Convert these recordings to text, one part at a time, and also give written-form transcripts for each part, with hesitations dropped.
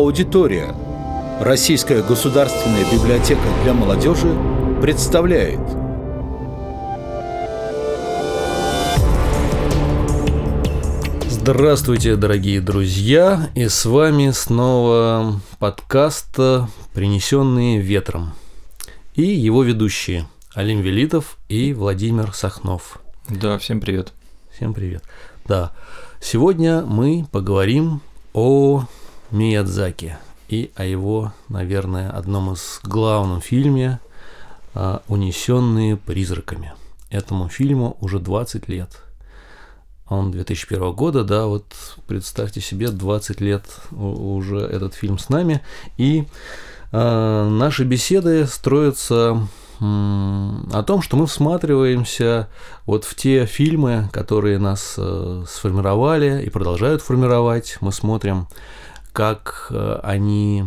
Аудитория. Российская государственная библиотека для молодежи представляет. Здравствуйте, дорогие друзья, и с вами снова подкаст «Принесенные ветром» и его ведущие Алим Велитов и Владимир Сахнов. Да, всем привет. Всем привет. Да, сегодня мы поговорим о Миядзаки и о его, наверное, одном из главных фильме «Унесенные призраками». Этому фильму уже 20 лет. Он 2001 года, да, вот представьте себе, 20 лет уже этот фильм с нами. И наши беседы строятся о том, что мы всматриваемся вот в те фильмы, которые нас сформировали и продолжают формировать. Мы смотрим, как они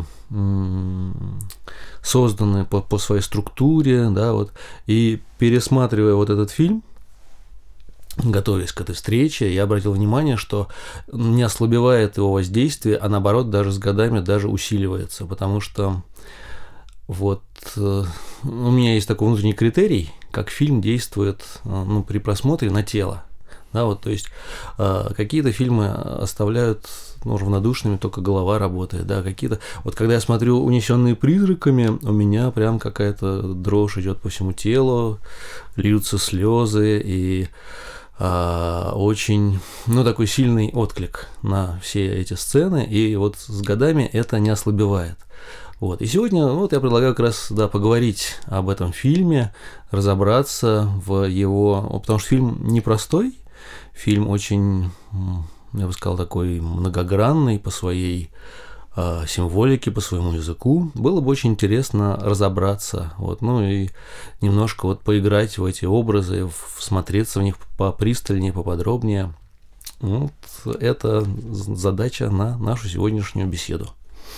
созданы по своей структуре, да, вот, и пересматривая вот этот фильм, готовясь к этой встрече, я обратил внимание, что не ослабевает его воздействие, а наоборот, даже с годами даже усиливается, потому что вот у меня есть такой внутренний критерий, как фильм действует при просмотре на тело. Да, вот, то есть какие-то фильмы оставляют равнодушными, только голова работает, да, какие-то. Вот когда я смотрю «Унесенные призраками», у меня прям какая-то дрожь идет по всему телу, льются слезы и очень, такой сильный отклик на все эти сцены, и вот с годами это не ослабевает. Вот. И сегодня я предлагаю как раз поговорить об этом фильме, разобраться в его, потому что фильм непростой, фильм очень, я бы сказал, такой многогранный по своей символике, по своему языку. Было бы очень интересно разобраться, и немножко поиграть в эти образы, всмотреться в них попристальнее, поподробнее. Это задача на нашу сегодняшнюю беседу.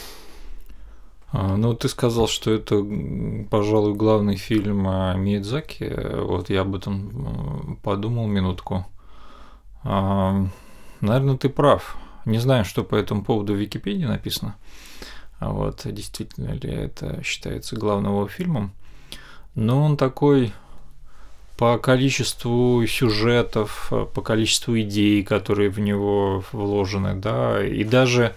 Ты сказал, что это, пожалуй, главный фильм Миядзаки. Я об этом подумал минутку. Наверное, ты прав. Не знаю, что по этому поводу в Википедии написано. Действительно ли это считается главным его фильмом. Но он такой по количеству сюжетов, по количеству идей, которые в него вложены, да, и даже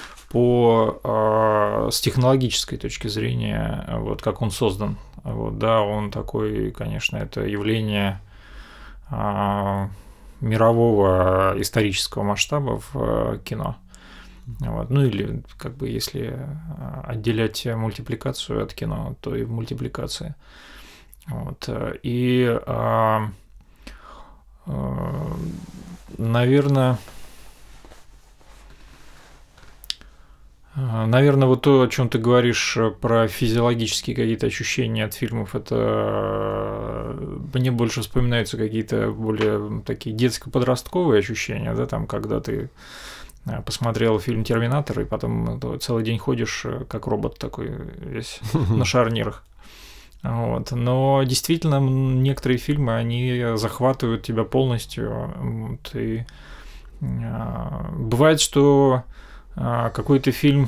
с технологической точки зрения, как он создан. Он такой, конечно, это явление мирового исторического масштаба в кино. Или если отделять мультипликацию от кино, то и в мультипликации. И, наверное, то, о чем ты говоришь про физиологические какие-то ощущения от фильмов, это мне больше вспоминаются какие-то более такие детско-подростковые ощущения, да, там, когда ты посмотрел фильм «Терминатор», и потом целый день ходишь как робот такой весь на шарнирах. Но действительно некоторые фильмы, они захватывают тебя полностью. И бывает, что какой-то фильм,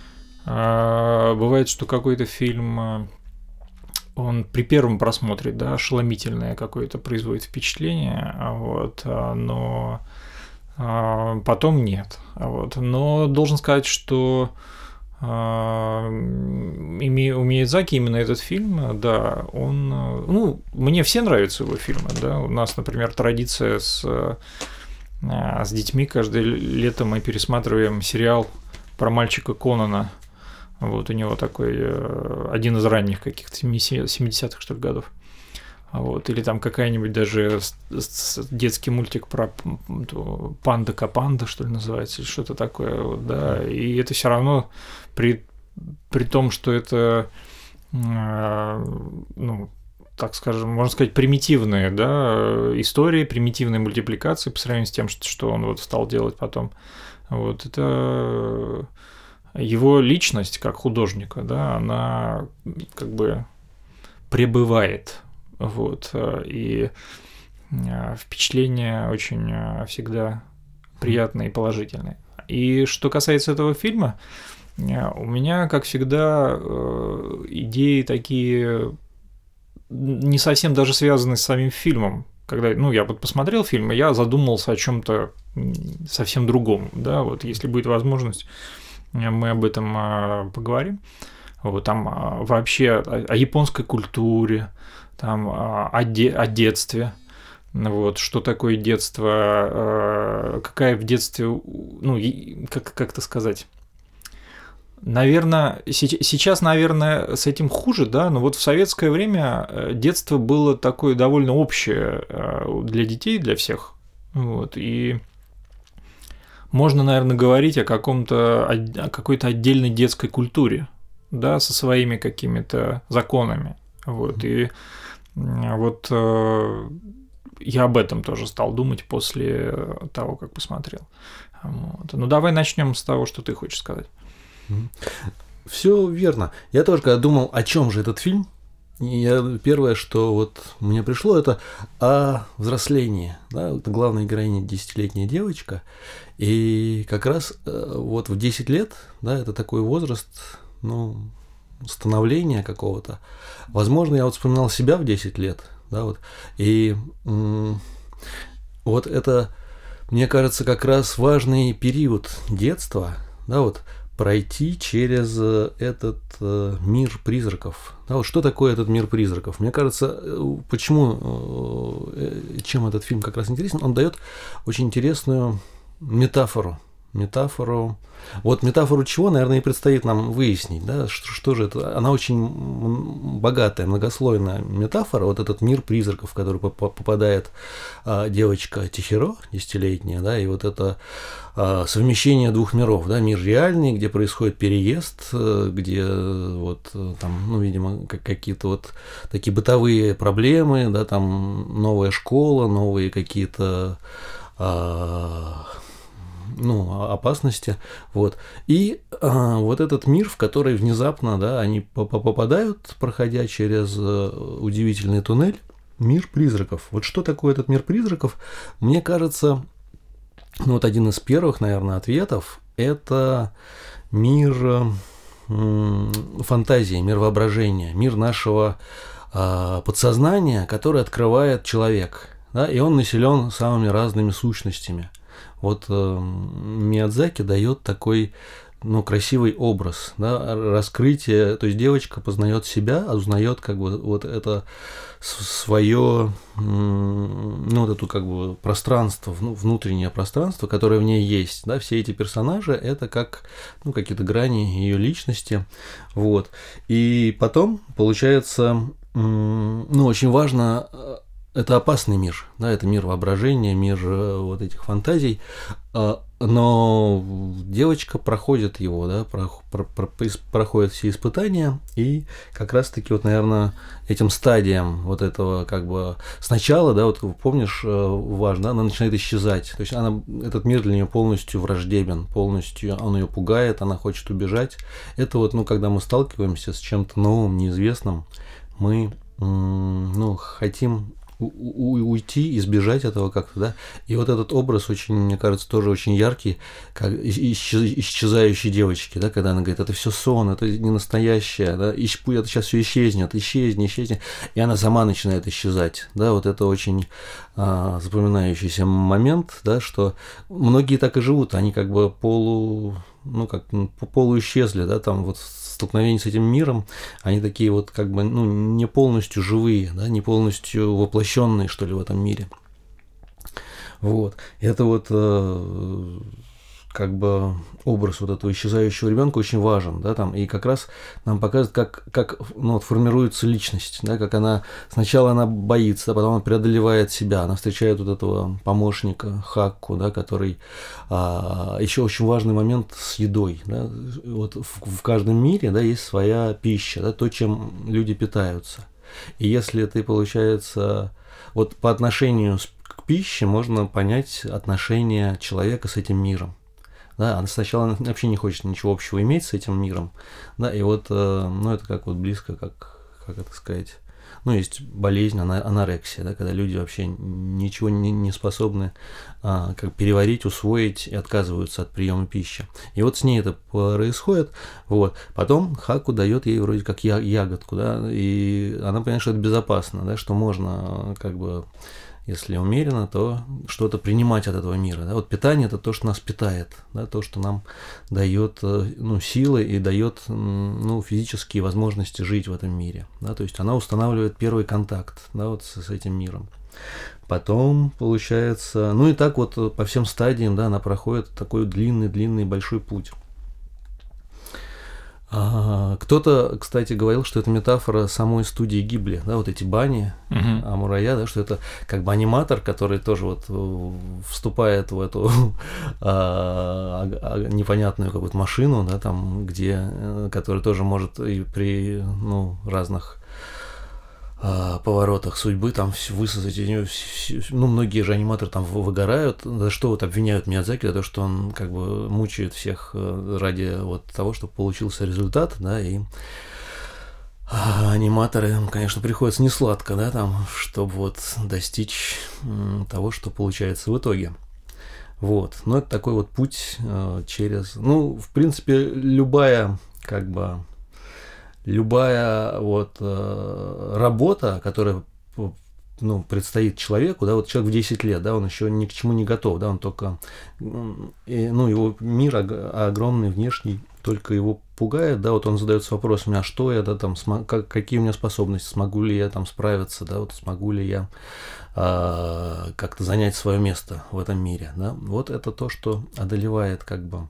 он при первом просмотре, да, ошеломительное какое-то производит впечатление, но потом нет. Но должен сказать, что у Миядзаки именно этот фильм, да, он, мне все нравятся его фильмы, да, у нас, например, традиция с детьми каждое лето мы пересматриваем сериал про мальчика Конана. У него такой один из ранних каких-то 70-х, что ли, годов. Или там какая-нибудь даже детский мультик про Панда Капанда, что ли, называется, или что-то такое. Да. И это все равно при том, что это, так скажем, можно сказать, примитивные, да, истории, примитивные мультипликации по сравнению с тем, что он стал делать потом. Это его личность как художника, да, она как бы пребывает, и впечатления очень всегда приятные и положительные. И что касается этого фильма, У меня, как всегда, идеи такие не совсем даже связаны с самим фильмом. Когда, я вот посмотрел фильм, и я задумался о чем-то совсем другом, да, вот если будет возможность, мы об этом поговорим. Вот там вообще о японской культуре, там о детстве. Вот, что такое детство, какая в детстве, как это сказать? Наверное, сейчас, наверное, с этим хуже, да, но вот в советское время детство было такое довольно общее для детей, для всех, вот, и можно, наверное, говорить о какой-то отдельной детской культуре, да, со своими какими-то законами, вот, и вот я об этом тоже стал думать после того, как посмотрел. Вот. Ну, давай начнем с того, что ты хочешь сказать. Все верно. Я тоже, когда думал, о чем же этот фильм, первое, что вот мне пришло, это о взрослении. Да? Это главная героиня 10-летняя девочка. И как раз вот в 10 лет, да, это такой возраст, становления какого-то. Возможно, я вот вспоминал себя в 10 лет, да, вот. И вот это, мне кажется, как раз важный период детства, да, вот, пройти через этот мир призраков. Да, вот что такое этот мир призраков? Мне кажется, чем этот фильм как раз интересен, он дает очень интересную метафору. Вот метафору чего, наверное, и предстоит нам выяснить, да, что же это. Она очень богатая, многослойная метафора, вот этот мир призраков, в который попадает девочка Тихиро, 10-летняя, да, и вот это совмещение двух миров, да, мир реальный, где происходит переезд, где вот там, видимо, какие-то вот такие бытовые проблемы, да, там новая школа, новые какие-то опасности, вот. И вот этот мир, в который внезапно, да, они попадают, проходя через удивительный туннель, мир призраков. Вот что такое этот мир призраков? Мне кажется, вот один из первых, наверное, ответов – это мир фантазии, мир воображения, мир нашего подсознания, который открывает человек, да, и он населен самыми разными сущностями. Вот Миядзаки дает такой, красивый образ, да, раскрытие, то есть девочка познает себя, узнает как бы вот это свое, вот эту как бы пространство, внутреннее пространство, которое в ней есть, да, все эти персонажи это как, какие-то грани ее личности, вот, и потом получается, очень важно. Это опасный мир, да, это мир воображения, мир вот этих фантазий, но девочка проходит его, да, проходит все испытания, и как раз-таки вот, наверное, этим стадиям вот этого как бы сначала, да, вот помнишь, важно, да, она начинает исчезать, то есть этот мир для нее полностью враждебен, полностью он ее пугает, она хочет убежать. Это вот, когда мы сталкиваемся с чем-то новым, неизвестным, мы, хотим уйти, избежать этого как-то, да. И вот этот образ очень, мне кажется, тоже очень яркий, как исчезающей девочки, да, когда она говорит, это все сон, это не настоящее, да, это сейчас все исчезнет, и она сама начинает исчезать, да, вот это очень запоминающийся момент, да, что многие так и живут, они как бы полуисчезли, да, там вот столкновение с этим миром, они такие вот как бы, не полностью живые, да, не полностью воплощенные, что ли, в этом мире. Вот. Это вот как бы образ вот этого исчезающего ребенка очень важен, да, там, и как раз нам показывает, как формируется личность, да, как сначала она боится, потом она преодолевает себя, она встречает вот этого помощника Хакку, да, который еще очень важный момент с едой, да, вот в каждом мире, да, есть своя пища, да, то, чем люди питаются, и если ты, получается, вот по отношению к пище можно понять отношение человека с этим миром. Да, она сначала вообще не хочет ничего общего иметь с этим миром, да, и вот, это как вот близко, как это сказать, Ну, есть болезнь, анорексия, да, когда люди вообще ничего не способны как переварить, усвоить и отказываются от приема пищи. И вот с ней это происходит. Вот. Потом Хаку дает ей вроде как ягодку, да, и она понимает, что это безопасно, да, что можно как бы, если умеренно, то что-то принимать от этого мира. Да? Вот питание – это то, что нас питает, да? То, что нам дает силы и дает физические возможности жить в этом мире. Да? То есть она устанавливает первый контакт, да, вот с этим миром. Потом, получается, и так вот по всем стадиям, да, она проходит такой длинный большой путь. Кто-то, кстати, говорил, что это метафора самой студии Гибли, да, вот эти бани, Амурая, да, что это как бы аниматор, который тоже вот вступает в эту непонятную какую-то машину, да, там, который тоже может и при разных поворотах судьбы там высосать из нее, многие же аниматоры там выгорают, за что вот обвиняют Миядзаки, за то, что он как бы мучает всех ради вот того, чтобы получился результат, да, и аниматоры, конечно, приходится несладко, да, там, чтобы вот достичь того, что получается в итоге. Вот, но это такой вот путь через, в принципе, любая вот работа, которая предстоит человеку, да, вот человек в 10 лет, да, он еще ни к чему не готов, да, он только, его мир огромный, внешний, только его пугает, да, вот он задается вопросами, а что я, да, там, какие у меня способности, смогу ли я там справиться, да, вот смогу ли я как-то занять свое место в этом мире, да, вот это то, что одолевает как бы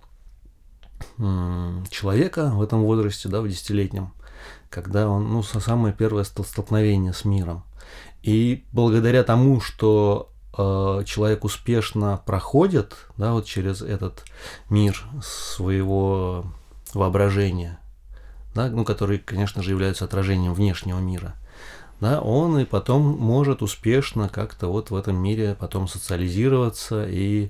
человека в этом возрасте, да, в 10-летнем, когда он, самое первое столкновение с миром. И благодаря тому, что человек успешно проходит, да, вот через этот мир своего воображения, да, который, конечно же, является отражением внешнего мира, да, он и потом может успешно как-то вот в этом мире потом социализироваться и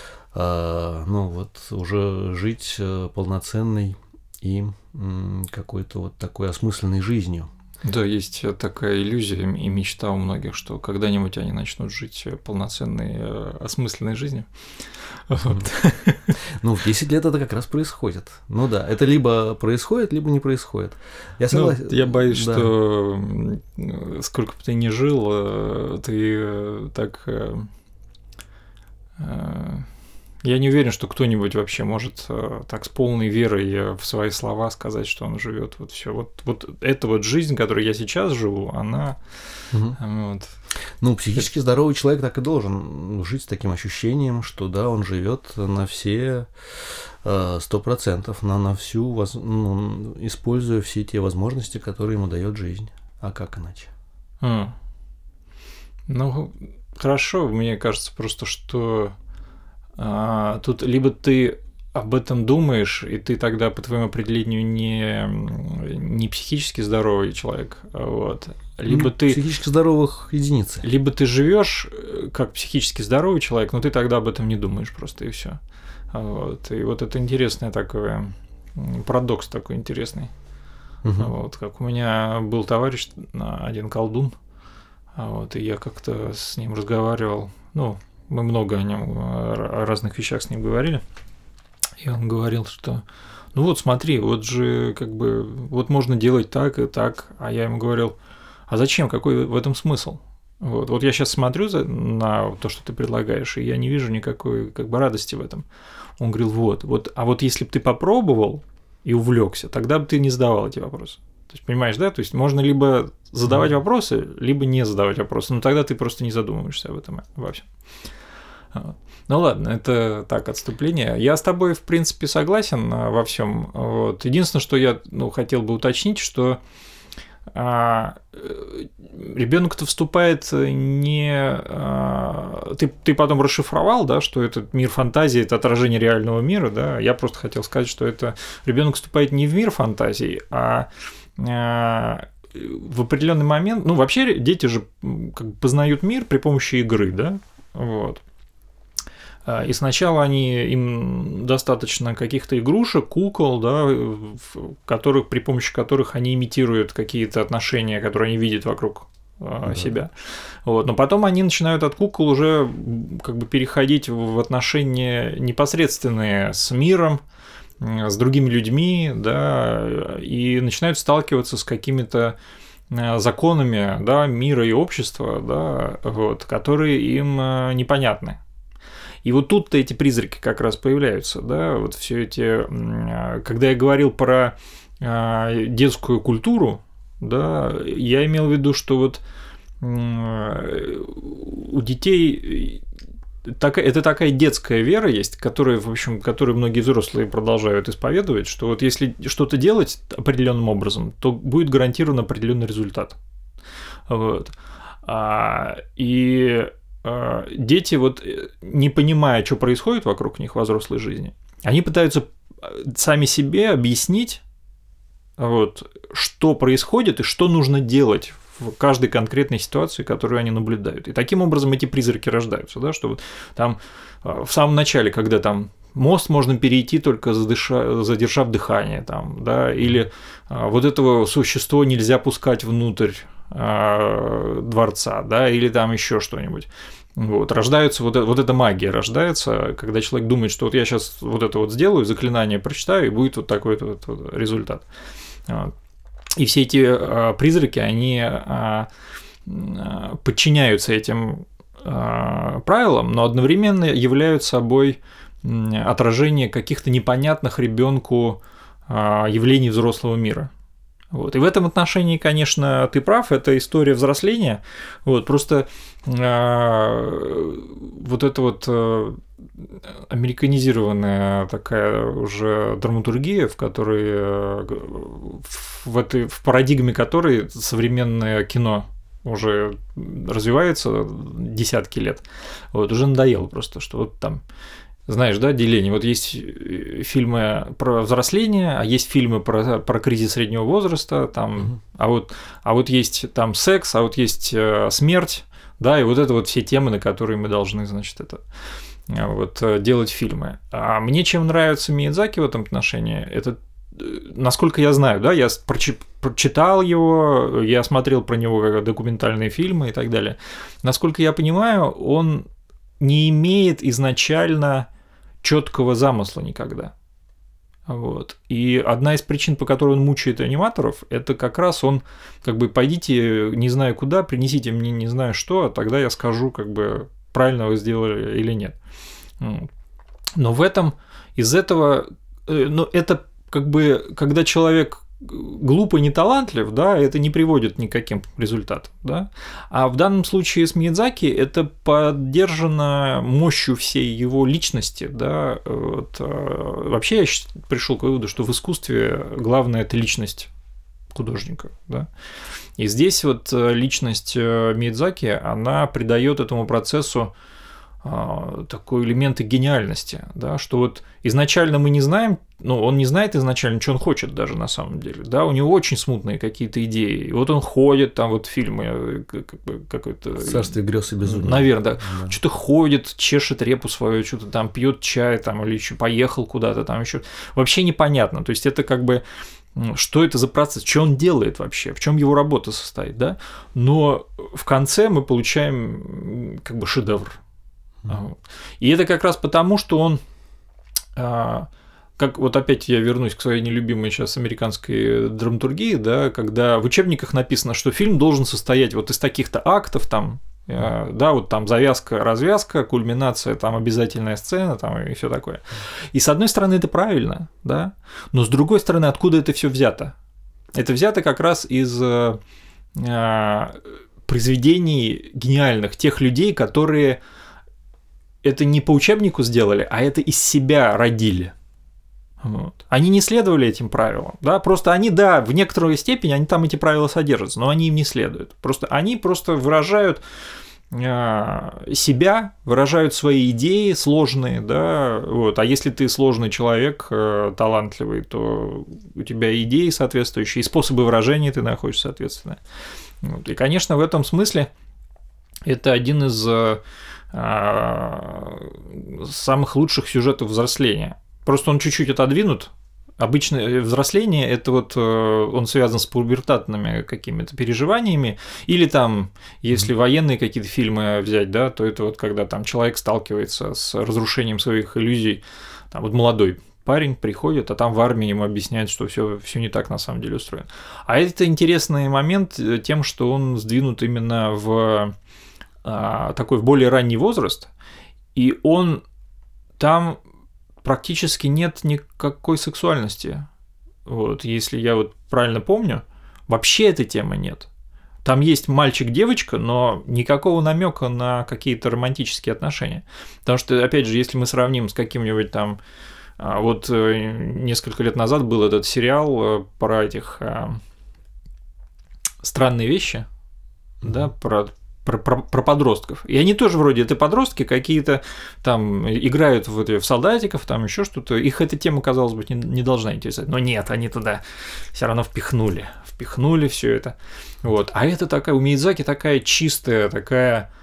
уже жить полноценной и какой-то вот такой осмысленной жизнью. Да, есть такая иллюзия и мечта у многих, что когда-нибудь они начнут жить полноценной, осмысленной жизнью. В 10 лет это как раз происходит. Ну да, это либо происходит, либо не происходит. Я согласен. Я боюсь, что сколько бы ты ни жил, ты так... Я не уверен, что кто-нибудь вообще может так с полной верой в свои слова сказать, что он живет. Вот все. Вот эта вот жизнь, которой я сейчас живу, она. Вот. Психически здоровый человек так и должен жить с таким ощущением, что да, он живет на все 100%, на всю, используя все те возможности, которые ему дает жизнь. А как иначе? Хорошо, мне кажется просто, что тут либо ты об этом думаешь, и ты тогда, по твоему определению, не психически здоровый человек, вот. Либо ты психически здоровых единиц. Либо ты живешь как психически здоровый человек, но ты тогда об этом не думаешь просто, и все. Вот. И вот это интересный такой парадокс такой интересный. Вот. Как у меня был товарищ, один колдун, вот, и я как-то с ним разговаривал, мы много о нем, о разных вещах с ним говорили, и он говорил, что смотри, вот же как бы вот можно делать так и так, а я ему говорил, а зачем, какой в этом смысл? Вот я сейчас смотрю на то, что ты предлагаешь, и я не вижу никакой как бы радости в этом. Он говорил, а вот если бы ты попробовал и увлекся, тогда бы ты не задавал эти вопросы. То есть, понимаешь, да? То есть можно либо задавать вопросы, либо не задавать вопросы, но тогда ты просто не задумываешься об этом во всем. Ну ладно, это так, отступление. Я с тобой, в принципе, согласен во всем. Вот. Единственное, что я хотел бы уточнить, что ребенок-то вступает не... Ты потом расшифровал, да, что этот мир фантазии – это отражение реального мира, да? Я просто хотел сказать, что это ребенок вступает не в мир фантазий, а в определенный момент... вообще дети же как бы познают мир при помощи игры, да? Вот. И сначала им достаточно каких-то игрушек, кукол, да, при помощи которых они имитируют какие-то отношения, которые они видят вокруг себя. Вот. Но потом они начинают от кукол уже как бы переходить в отношения непосредственные с миром, с другими людьми, да, и начинают сталкиваться с какими-то законами, да, мира и общества, да, вот, которые им непонятны. И вот тут-то эти призраки как раз появляются, да, вот все эти, когда я говорил про детскую культуру, да, я имел в виду, что вот у детей это такая детская вера есть, которую многие взрослые продолжают исповедовать, что вот если что-то делать определенным образом, то будет гарантирован определенный результат. Вот. И дети, вот, не понимая, что происходит вокруг них во взрослой жизни, они пытаются сами себе объяснить, вот, что происходит и что нужно делать в каждой конкретной ситуации, которую они наблюдают. И таким образом эти призраки рождаются, да, что вот там в самом начале, когда там мост можно перейти только задержав дыхание, там, да, или вот этого существо нельзя пускать внутрь дворца, да, или там еще что-нибудь. Вот, рождаются, вот эта магия рождается, когда человек думает, что вот я сейчас вот это вот сделаю, заклинание прочитаю, и будет вот такой вот результат. И все эти призраки, они подчиняются этим правилам, но одновременно являются собой отражение каких-то непонятных ребенку явлений взрослого мира. Вот. И в этом отношении, конечно, ты прав, это история взросления. Вот. Просто вот эта вот американизированная такая уже драматургия, в которой в парадигме которой современное кино уже развивается десятки лет, вот, уже надоело просто, что вот там, знаешь, да, деление. Вот есть фильмы про взросление, а есть фильмы про кризис среднего возраста, там, а вот есть там секс, а вот есть смерть, да, и вот это вот все темы, на которые мы должны, значит, вот делать фильмы. А мне чем нравится Миядзаки в этом отношении, это, насколько я знаю, да, я прочитал его, я смотрел про него как документальные фильмы и так далее. Насколько я понимаю, он не имеет изначально четкого замысла никогда. Вот. И одна из причин, по которой он мучает аниматоров, это как раз он, как бы, пойдите не знаю куда, принесите мне не знаю что, а тогда я скажу, как бы, правильно вы сделали или нет. Но из этого, ну, это как бы, когда человек глуп и неталантлив, да, это не приводит ни к каким результатам, да. А в данном случае с Миядзаки это поддержано мощью всей его личности, да. Вот. Вообще я пришел к выводу, что в искусстве главное – это личность художника, да. И здесь вот личность Миядзаки, она придает этому процессу такой элемент гениальности, да, что вот изначально мы не знаем, ну, он не знает изначально, что он хочет даже на самом деле, да, у него очень смутные какие-то идеи, и вот он ходит, там вот в фильме какой-то… «Царствие грез и безумия». Наверное, да. Что-то ходит, чешет репу свою, что-то там пьет чай, там, или еще поехал куда-то там еще, вообще непонятно, то есть это как бы… Что это за процесс, что он делает вообще, в чем его работа состоит, да, но в конце мы получаем как бы шедевр. И это как раз потому, что он, как вот опять я вернусь к своей нелюбимой сейчас американской драматургии, да, когда в учебниках написано, что фильм должен состоять вот из таких-то актов, там, да, вот там завязка, развязка, кульминация, там обязательная сцена, там и все такое. И с одной стороны это правильно, да, но с другой стороны откуда это все взято? Это взято как раз из произведений гениальных тех людей, которые это не по учебнику сделали, а это из себя родили. Вот. Они не следовали этим правилам, да, просто они, да, в некоторой степени они там эти правила содержатся, но они им не следуют. Они просто выражают себя, выражают свои идеи сложные, да, вот. А если ты сложный человек, талантливый, то у тебя идеи соответствующие, и способы выражения ты находишь соответственно. Вот. И, конечно, в этом смысле это один из самых лучших сюжетов взросления. Просто он чуть-чуть отодвинут. Обычно взросление – это вот он связан с пубертатными какими-то переживаниями, или там, если военные какие-то фильмы взять, да, то это вот когда там человек сталкивается с разрушением своих иллюзий, там вот молодой парень приходит, а там в армии ему объясняют, что все не так на самом деле устроено. А это интересный момент тем, что он сдвинут именно в такой в более ранний возраст, и он там практически нет никакой сексуальности. Вот, если я вот правильно помню, вообще этой темы нет. Там есть мальчик-девочка, но никакого намека на какие-то романтические отношения. Потому что, опять же, если мы сравним с каким-нибудь там... Вот несколько лет назад был этот сериал про этих странные вещи, да, про подростков. И они тоже вроде это подростки, какие-то там играют в солдатиков, там еще что-то. Их эта тема, казалось бы, не должна интересовать. Но нет, они туда все равно впихнули все это. Вот. А это такая, у Миядзаки такая чистая, такая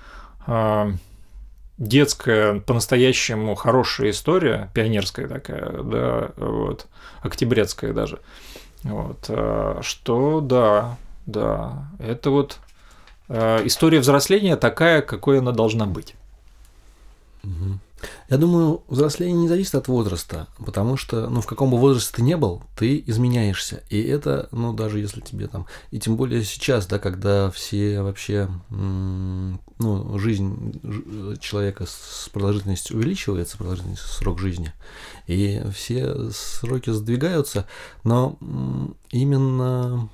детская, по-настоящему хорошая история, пионерская такая, да, вот, октябрятская даже. Вот. Что да, это вот история взросления такая, какой она должна быть. Я думаю, взросление не зависит от возраста, потому что, в каком бы возрасте ты не был, ты изменяешься. И это, даже если тебе там... И тем более сейчас, да, когда все вообще... жизнь человека с продолжительностью увеличивается, срок жизни, и все сроки сдвигаются, но именно...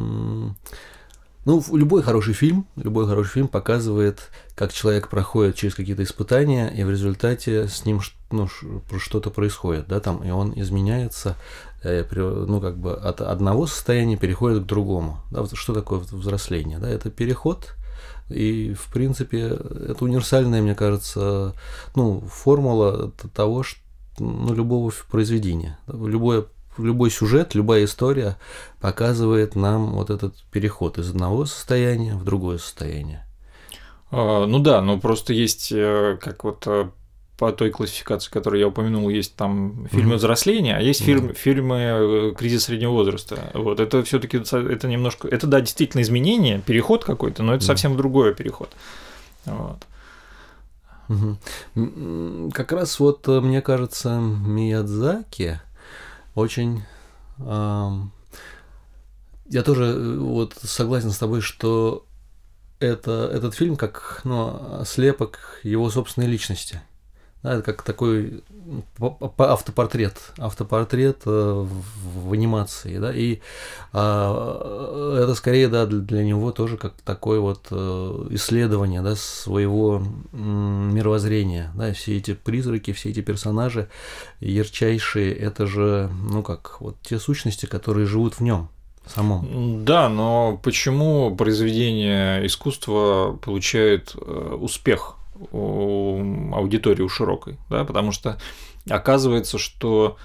любой хороший фильм показывает, как человек проходит через какие-то испытания, и в результате с ним что-то происходит, да, там, и он изменяется, от одного состояния переходит к другому. Да, вот что такое взросление? Да, это переход, и, в принципе, это универсальная, мне кажется, формула того, что, любого произведения. Любой сюжет, любая история показывает нам вот этот переход из одного состояния в другое состояние. Просто есть, как вот по той классификации, которую я упомянул, есть там фильмы взросления, а есть фильмы кризис среднего возраста. Вот это все-таки это немножко, это да, действительно изменение, переход какой-то, но это совсем другой переход. Вот. Как раз вот мне кажется, Миядзаки очень... Я тоже вот согласен с тобой, что этот фильм как слепок его собственной личности. Да, это как такой автопортрет в анимации, да, и это скорее, да, для него тоже как такое вот исследование, да, своего мировоззрения, да, все эти призраки, все эти персонажи ярчайшие, это же, вот те сущности, которые живут в нем самом. Да, но почему произведение искусства получает успех у аудитории, у широкой, да, потому что оказывается, что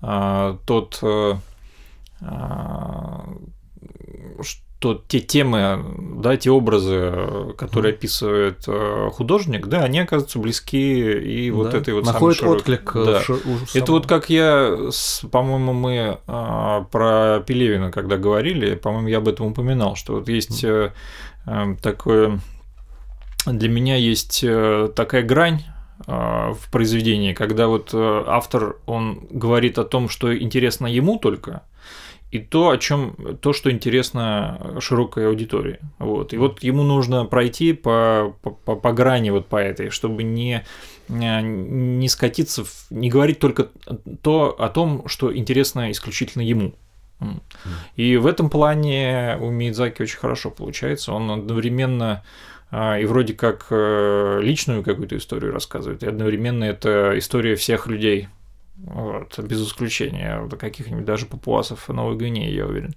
те темы, да, те образы, которые описывает художник, да, они оказываются близки и вот этой вот самой широкой. Отклик. Да. Это вот как по-моему, мы про Пелевина, когда говорили, по-моему, я об этом упоминал, что вот есть такое... Для меня есть такая грань в произведении, когда вот автор, он говорит о том, что интересно ему только, и то, что интересно широкой аудитории. Вот. И вот ему нужно пройти по грани вот по этой, чтобы не скатиться, не говорить только о том, что интересно исключительно ему. И в этом плане у Миядзаки очень хорошо получается. Он одновременно и вроде как личную какую-то историю рассказывает, и одновременно это история всех людей, вот, без исключения каких-нибудь даже папуасов Новой Гвинеи, я уверен.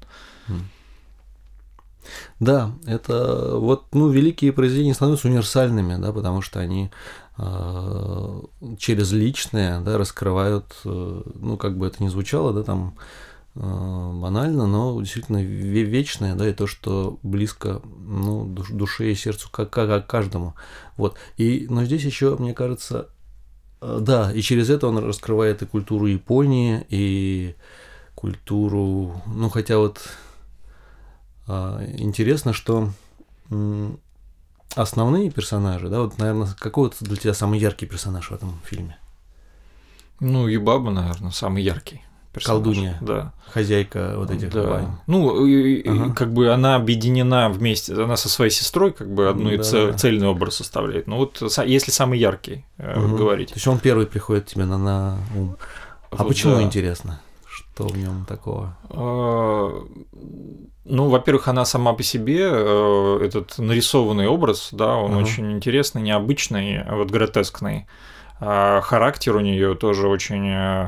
Да, это вот, великие произведения становятся универсальными, да, потому что они через личное, да, раскрывают, как бы это ни звучало, да, там банально, но действительно вечное, да, и то, что близко, ну, душе и сердцу как каждому. Вот. Но здесь еще, мне кажется, да, и через это он раскрывает и культуру Японии, и культуру, ну, хотя вот интересно, что основные персонажи, да, вот, наверное, какой вот для тебя самый яркий персонаж в этом фильме? Ну, Юбаба, наверное, самый яркий персонаж. Колдунья, да. Хозяйка вот этих бань. Ну, как бы она объединена вместе, она со своей сестрой как бы одну цельный образ составляет. Ну, вот если самый яркий говорить. То есть он первый приходит тебе на ум. А вот почему, да. интересно? Что в нем такого? Ну, во-первых, она сама по себе, этот нарисованный образ, да, он очень интересный, необычный, вот гротескный. Характер у нее тоже очень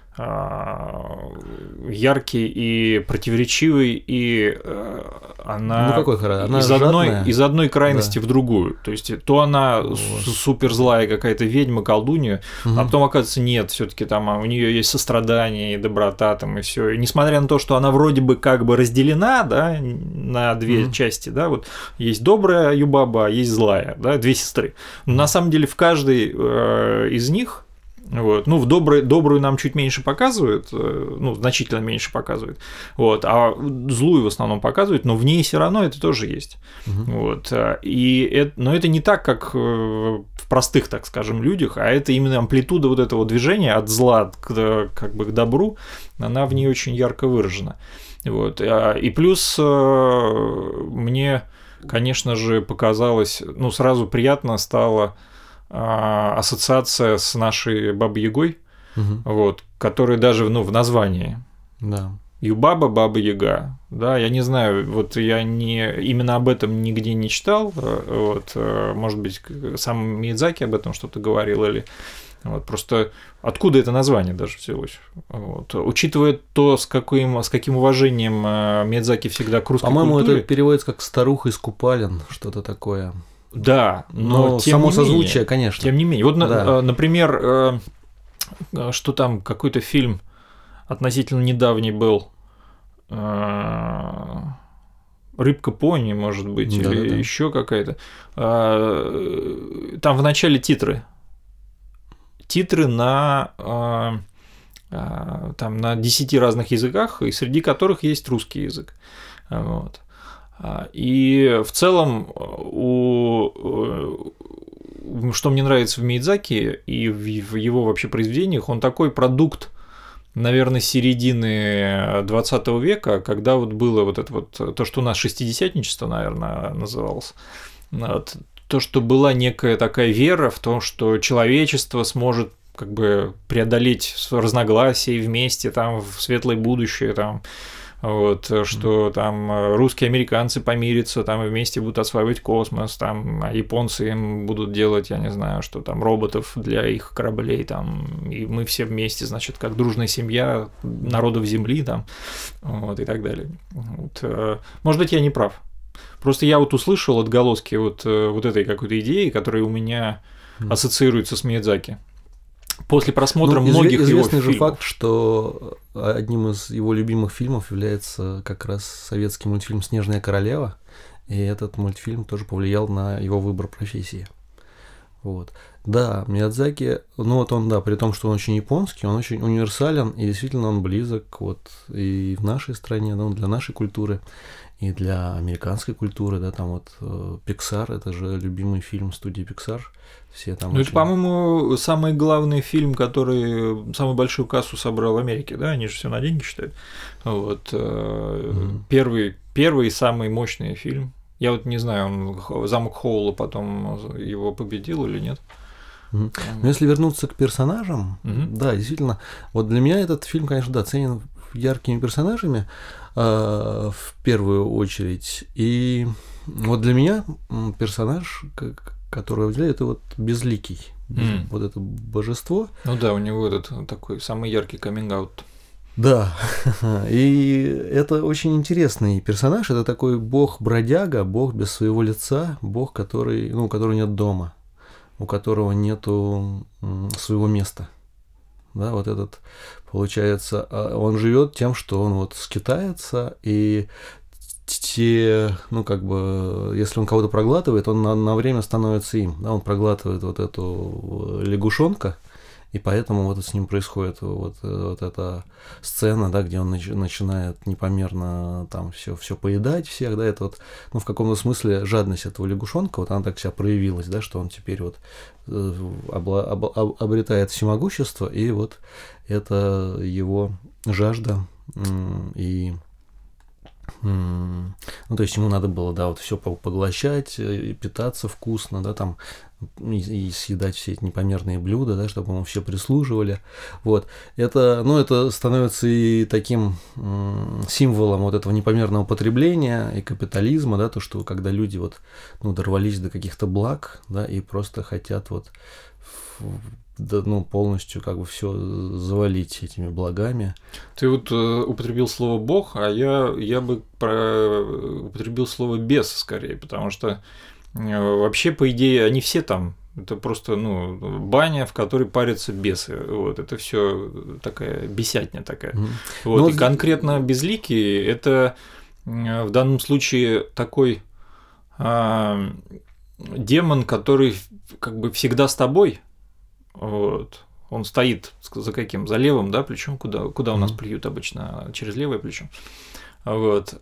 яркий и противоречивый, и она, ну, какой характер? Она из одной крайности в другую. То есть то она супер злая какая-то ведьма, колдунья, а потом оказывается нет, все-таки там у нее есть сострадание и доброта там и все. И несмотря на то, что она вроде бы как бы разделена, да, на две части, да, вот есть добрая Юбаба, а есть злая, да, две сестры. Но на самом деле в каждой из них вот. Ну, добрую нам чуть меньше показывают, ну, значительно меньше показывают, вот, а злую в основном показывают, но в ней все равно это тоже есть. Вот. Но это не так, как в простых, так скажем, людях, а это именно амплитуда вот этого движения от зла как бы к добру, она в ней очень ярко выражена. Вот. И плюс мне, конечно же, показалось, ну, сразу приятно стало ассоциация с нашей Бабой-Ягой, вот, которая даже в названии. Да. Юбаба, Баба-Яга. Да, я не знаю, вот я именно об этом нигде не читал. Вот, может быть, сам Миядзаки об этом что-то говорил, или вот, просто откуда это название даже взялось. Вот. Учитывая то, с каким уважением Миядзаки всегда к русской культуре. По-моему, это переводится как «старуха из купалин», что-то такое. Да, но тем само не созвучие, менее, конечно. Тем не менее. Вот, да. Например, что там, какой-то фильм относительно недавний был, «Рыбка Пони», может быть, или еще какая-то. Там в начале титры на 10 разных языках, и среди которых есть русский язык. Вот. И в целом, что мне нравится в Миядзаки и в его вообще произведениях, он такой продукт, наверное, середины 20 века, когда вот было вот это вот, то, что у нас шестидесятничество, наверное, называлось, вот, то, что была некая такая вера в том, что человечество сможет как бы преодолеть разногласия вместе там в светлое будущее там. Вот, что там русские американцы помирятся, там и вместе будут осваивать космос, там, а японцы им будут делать, я не знаю, что там, роботов для их кораблей, там, и мы все вместе, значит, как дружная семья народов Земли, там, вот, и так далее. Вот. Может быть, я не прав. Просто я вот услышал отголоски вот этой какой-то идеи, которая у меня ассоциируется с Миядзаки. После просмотра многих его известный фильмов. же факт, что одним из его любимых фильмов является как раз советский мультфильм «Снежная королева», и этот мультфильм тоже повлиял на его выбор профессии. Вот. Да, Миядзаки, ну вот он, да, при том, что он очень японский, он очень универсален, и действительно он близок вот и в нашей стране, да, для нашей культуры, и для американской культуры, да, там вот Pixar, это же любимый фильм студии Pixar. Все там это, по-моему, самый главный фильм, который самую большую кассу собрал в Америке, да, они же все на деньги считают. Вот. Первый и самый мощный фильм. Я вот не знаю, он «Замок Хоула» потом его победил или нет. Но если вернуться к персонажам, да, действительно, вот для меня этот фильм, конечно, да, ценен яркими персонажами в первую очередь. И вот для меня персонаж, который выделяет, это вот Безликий, вот это божество. Ну да, у него этот такой самый яркий каминг-аут. Да, и это очень интересный персонаж, это такой бог-бродяга, бог без своего лица, бог, у которого нет дома, у которого нету своего места. да, вот этот, получается, он живет тем, что он вот скитается, и ну, как бы, если он кого-то проглатывает, он на время становится им, да, он проглатывает вот эту лягушонка, и поэтому вот с ним происходит вот эта сцена, да, где он начинает непомерно там все поедать всех, да, это вот, ну, в каком-то смысле жадность этого лягушонка, вот она так себя проявилась, да, что он теперь вот обретает всемогущество, и вот это его жажда, и ну, то есть ему надо было, да, вот все поглощать, питаться вкусно, да, там, и съедать все эти непомерные блюда, да, чтобы ему все прислуживали. Вот. Это, ну, это становится и таким символом вот этого непомерного потребления и капитализма, да, то, что когда люди вот, ну, дорвались до каких-то благ, да, и просто хотят вот, ну, полностью как бы все завалить этими благами. Ты вот употребил слово «бог», а я бы употребил слово «бес» скорее, потому что вообще, по идее, они все там. Это просто, ну, баня, в которой парятся бесы. Вот, это все такая бесятня такая. Вот, но и конкретно безликий – это в данном случае такой демон, который как бы всегда с тобой. Вот. Он стоит за каким? За левым, да, плечом? Куда у нас плюют обычно? Через левое плечо. Вот.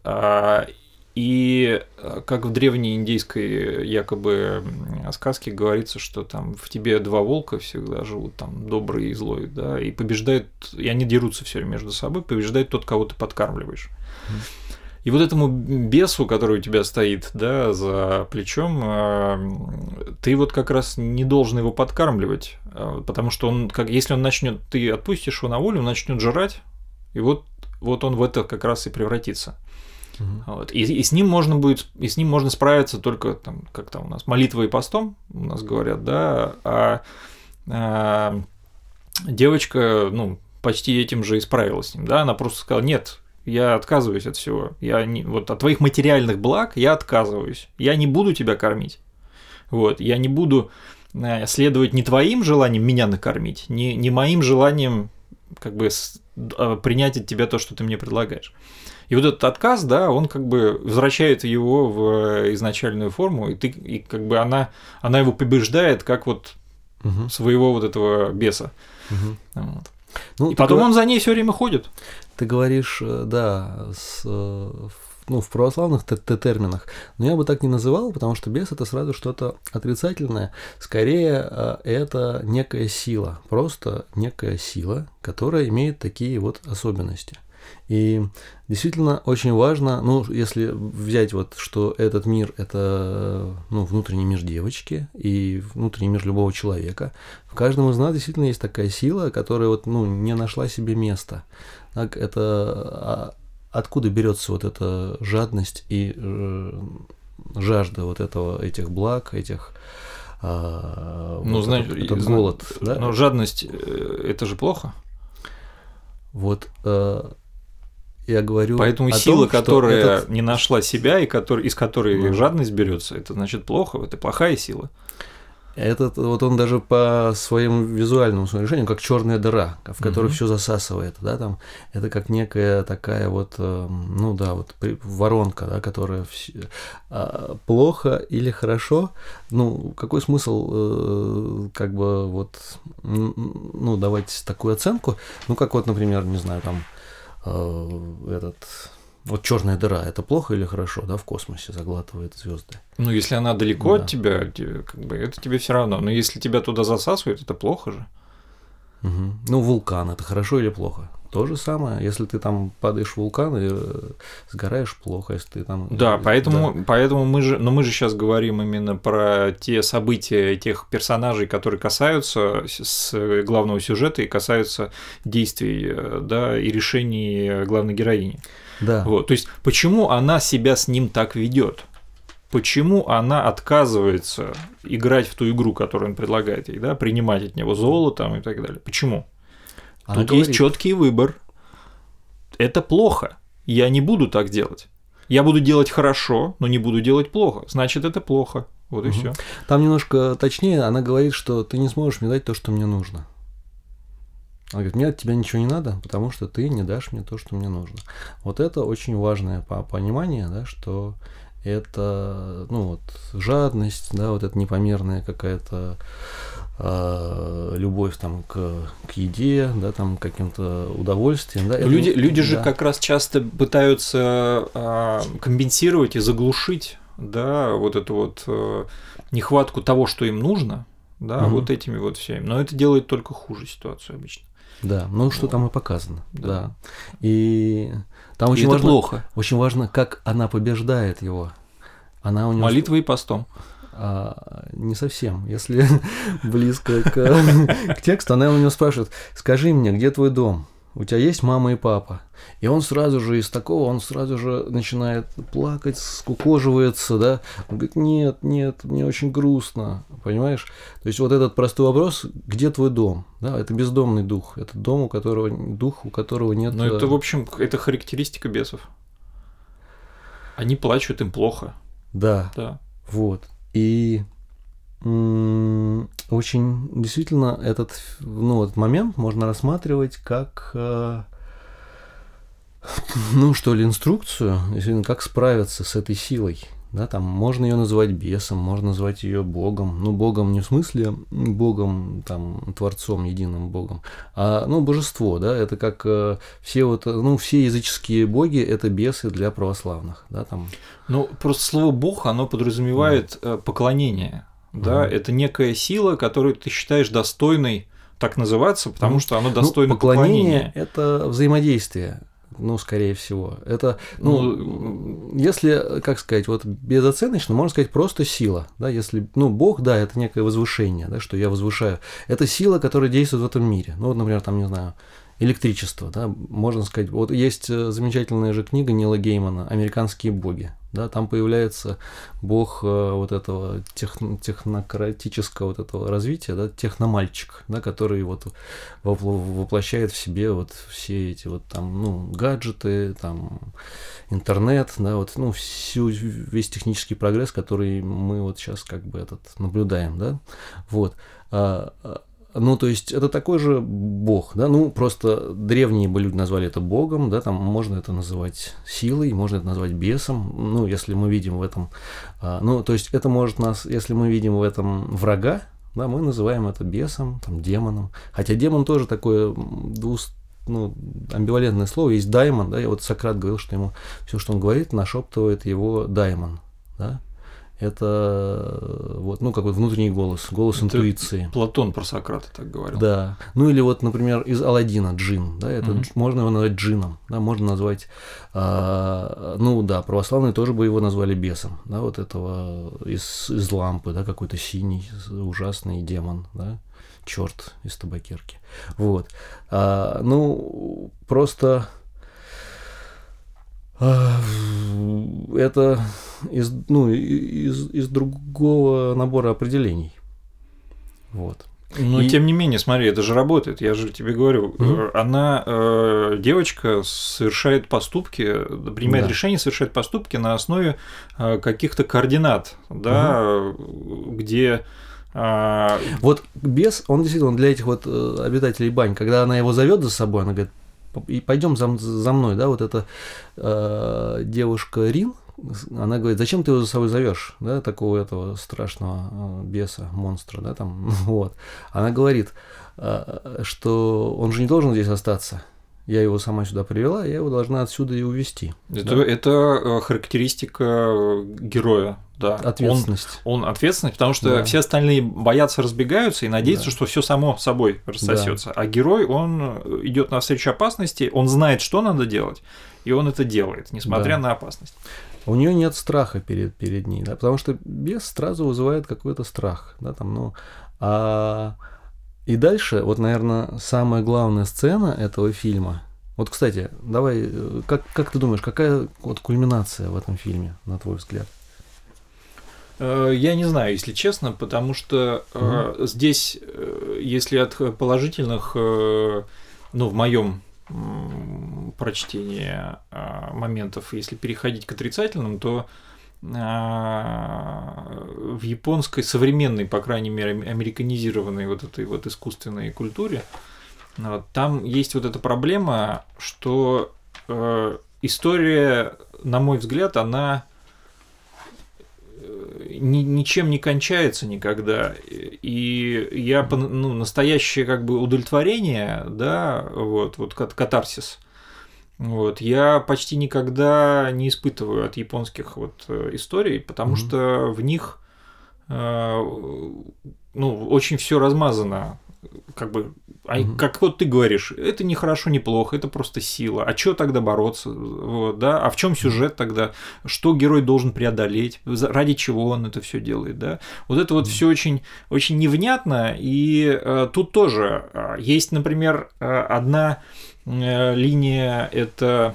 И как в древней индейской якобы сказке говорится, что там в тебе два волка всегда живут, там добрый и злой, да, и побеждают, и они дерутся все время между собой, побеждает тот, кого ты подкармливаешь. И вот этому бесу, который у тебя стоит, да, за плечом, ты вот как раз не должен его подкармливать, потому что он, если он начнет, ты отпустишь его на волю, он начнет жрать, и вот он в это как раз и превратится. Вот. И с ним можно справиться только там, как там у нас, молитвой и постом, у нас говорят, да, а девочка, ну, почти этим же и справилась с ним, да, она просто сказала: нет, я отказываюсь от всего, вот от твоих материальных благ я отказываюсь, я не буду тебя кормить, вот, я не буду следовать ни твоим желаниям меня накормить, ни моим желанием как бы принять от тебя то, что ты мне предлагаешь. И вот этот отказ, да, он как бы возвращает его в изначальную форму, и как бы она его побеждает, как вот своего вот этого беса. Вот. Ну, и потом он за ней все время ходит. Ты говоришь, да, в православных терминах, но я бы так не называл, потому что бес – это сразу что-то отрицательное. Скорее, это некая сила, просто некая сила, которая имеет такие вот особенности. И действительно очень важно, ну, если взять вот, что этот мир – это, ну, внутренний мир девочки и внутренний мир любого человека, в каждом из нас действительно есть такая сила, которая вот, ну, не нашла себе места. Так, это откуда берется вот эта жадность и жажда вот этих благ, этих… Ну, вот знаешь, этот голод, да? Но жадность – это же плохо. Вот… Я говорю. Поэтому сила, которая не нашла себя и из которой жадность берется, это значит плохо, это плохая сила. Вот он даже по своему визуальному решению, как черная дыра, в которой все засасывает, да, там это как некая такая вот, ну да, вот воронка, да, которая плохо или хорошо, ну какой смысл как бы вот, ну давать такую оценку, ну как вот, например, не знаю, там вот черная дыра, это плохо или хорошо, да, в космосе заглатывает звезды. Ну, если она далеко от тебя, как бы это тебе все равно. Но если тебя туда засасывает, это плохо же. Ну, вулкан, это хорошо или плохо? То же самое, если ты там падаешь в вулкан и сгораешь, плохо, если ты там… Да, поэтому мы же сейчас говорим именно про те события, тех персонажей, которые касаются с главного сюжета и касаются действий, да, и решений главной героини. Да. Вот, то есть, почему она себя с ним так ведет? Почему она отказывается играть в ту игру, которую он предлагает ей, да, принимать от него золото и так далее? Почему? Она Тут говорит... есть четкий выбор. Это плохо. Я не буду так делать. Я буду делать хорошо, но не буду делать плохо. Значит, это плохо. Вот и все. Там немножко точнее, она говорит, что ты не сможешь мне дать то, что мне нужно. Она говорит, мне от тебя ничего не надо, потому что ты не дашь мне то, что мне нужно. Вот это очень важное понимание, да, что это, ну, вот, жадность, да, вот эта непомерная какая-то любовь там к еде, да, там, к каким-то удовольствиям. Да, люди же да. как раз часто пытаются компенсировать и заглушить, да, вот эту вот нехватку того, что им нужно, да, вот этими вот всеми. Но это делает только хуже ситуацию обычно. Да, ну что там и показано, да. И там и очень это важно, плохо. Очень важно, как она побеждает его. Она у него молитвой и постом. Не совсем. Если близко к тексту, она у него спрашивает: скажи мне, где твой дом? У тебя есть мама и папа? И он сразу же из такого, он сразу же начинает плакать, скукоживается, да? Он говорит, нет, мне очень грустно, понимаешь? То есть вот этот простой вопрос, где твой дом? Да, это бездомный дух, это дом, у которого нет... Но это, в общем, это характеристика бесов. Они плачут, им плохо. Да, вот. И очень действительно этот момент можно рассматривать как, инструкцию, как справиться с этой силой. Да, там можно ее называть бесом, можно назвать ее Богом. Ну, Богом не в смысле Богом, там, Творцом, единым Богом, а божество, да, это как все языческие боги – это бесы для православных, да, там. Ну, просто слово Бог, оно подразумевает поклонение, да, это некая сила, которую ты считаешь достойной так называться, потому что оно достойно поклонения. Это взаимодействие. Скорее всего. Это, если, как сказать, вот безоценочно, можно сказать, просто сила. Да, если, Бог, да, это некое возвышение, да, что я возвышаю. Это сила, которая действует в этом мире. Вот, например, там, не знаю, электричество, да, можно сказать. Вот есть замечательная же книга Нила Геймана «Американские боги». Да, там появляется бог вот этого технократического вот этого развития, да, техномальчик, да, который вот воплощает в себе вот все эти вот там, гаджеты, там, интернет, да, вот, весь технический прогресс, который мы вот сейчас как бы наблюдаем, да, вот. То есть это такой же бог, да, просто древние бы люди назвали это богом, да, там можно это называть силой, можно это назвать бесом, если мы видим в этом, то есть это может нас, если мы видим в этом врага, да, мы называем это бесом, там, демоном, хотя демон тоже такое амбивалентное слово, есть даймон, да, и вот Сократ говорил, что ему все, что он говорит, нашептывает его даймон, да. Это вот, какой внутренний голос это интуиции. Платон про Сократа так говорил. Да. Или вот, например, из Аладдина джин, да, это можно его назвать джином, да, можно назвать, православные тоже бы его назвали бесом, да, вот этого из лампы, да, какой-то синий ужасный демон, да, черт из табакерки. Вот. Просто это из другого набора определений. Вот. Но тем не менее, смотри, это же работает. Я же тебе говорю, она, девочка, совершает поступки, принимает решения, совершает поступки на основе каких-то координат, да, где. Вот бес, он действительно для этих вот обитателей бань, когда она его зовет за собой, она говорит, пойдем за мной, да, вот эта девушка Рин, она говорит, зачем ты его за собой зовешь, да, такого этого страшного беса, монстра, да, там, вот. Она говорит, что он же не должен здесь остаться. Я его сама сюда привела, я его должна отсюда и увезти. Это характеристика героя, да. Ответственность. Он ответственность, потому что все остальные боятся, разбегаются и надеются, что все само собой рассосется. А герой, он идет навстречу опасности, он знает, что надо делать, и он это делает, несмотря на опасность. У нее нет страха перед ней, да, потому что бес сразу вызывает какой-то страх, да, там, И дальше, вот, наверное, самая главная сцена этого фильма. Вот, кстати, давай, как ты думаешь, какая вот кульминация в этом фильме, на твой взгляд? Я не знаю, если честно, потому что здесь, если от положительных, в моем прочтении моментов, если переходить к отрицательным, то в японской современной, по крайней мере, американизированной вот этой вот искусственной культуре Вот, там есть вот эта проблема, что история, на мой взгляд, она ничем не кончается никогда. И я, ну, настоящее как бы удовлетворение, да, вот катарсис, вот, я почти никогда не испытываю от японских вот историй, потому что в них ну, очень все размазано. Как бы, как вот ты говоришь, это не хорошо, не плохо, это просто сила. А что тогда бороться? Вот, да? А в чем сюжет тогда? Что герой должен преодолеть? Ради чего он это все делает? Да? Вот это вот все очень, очень невнятно. И тут тоже есть, например, одна линия, это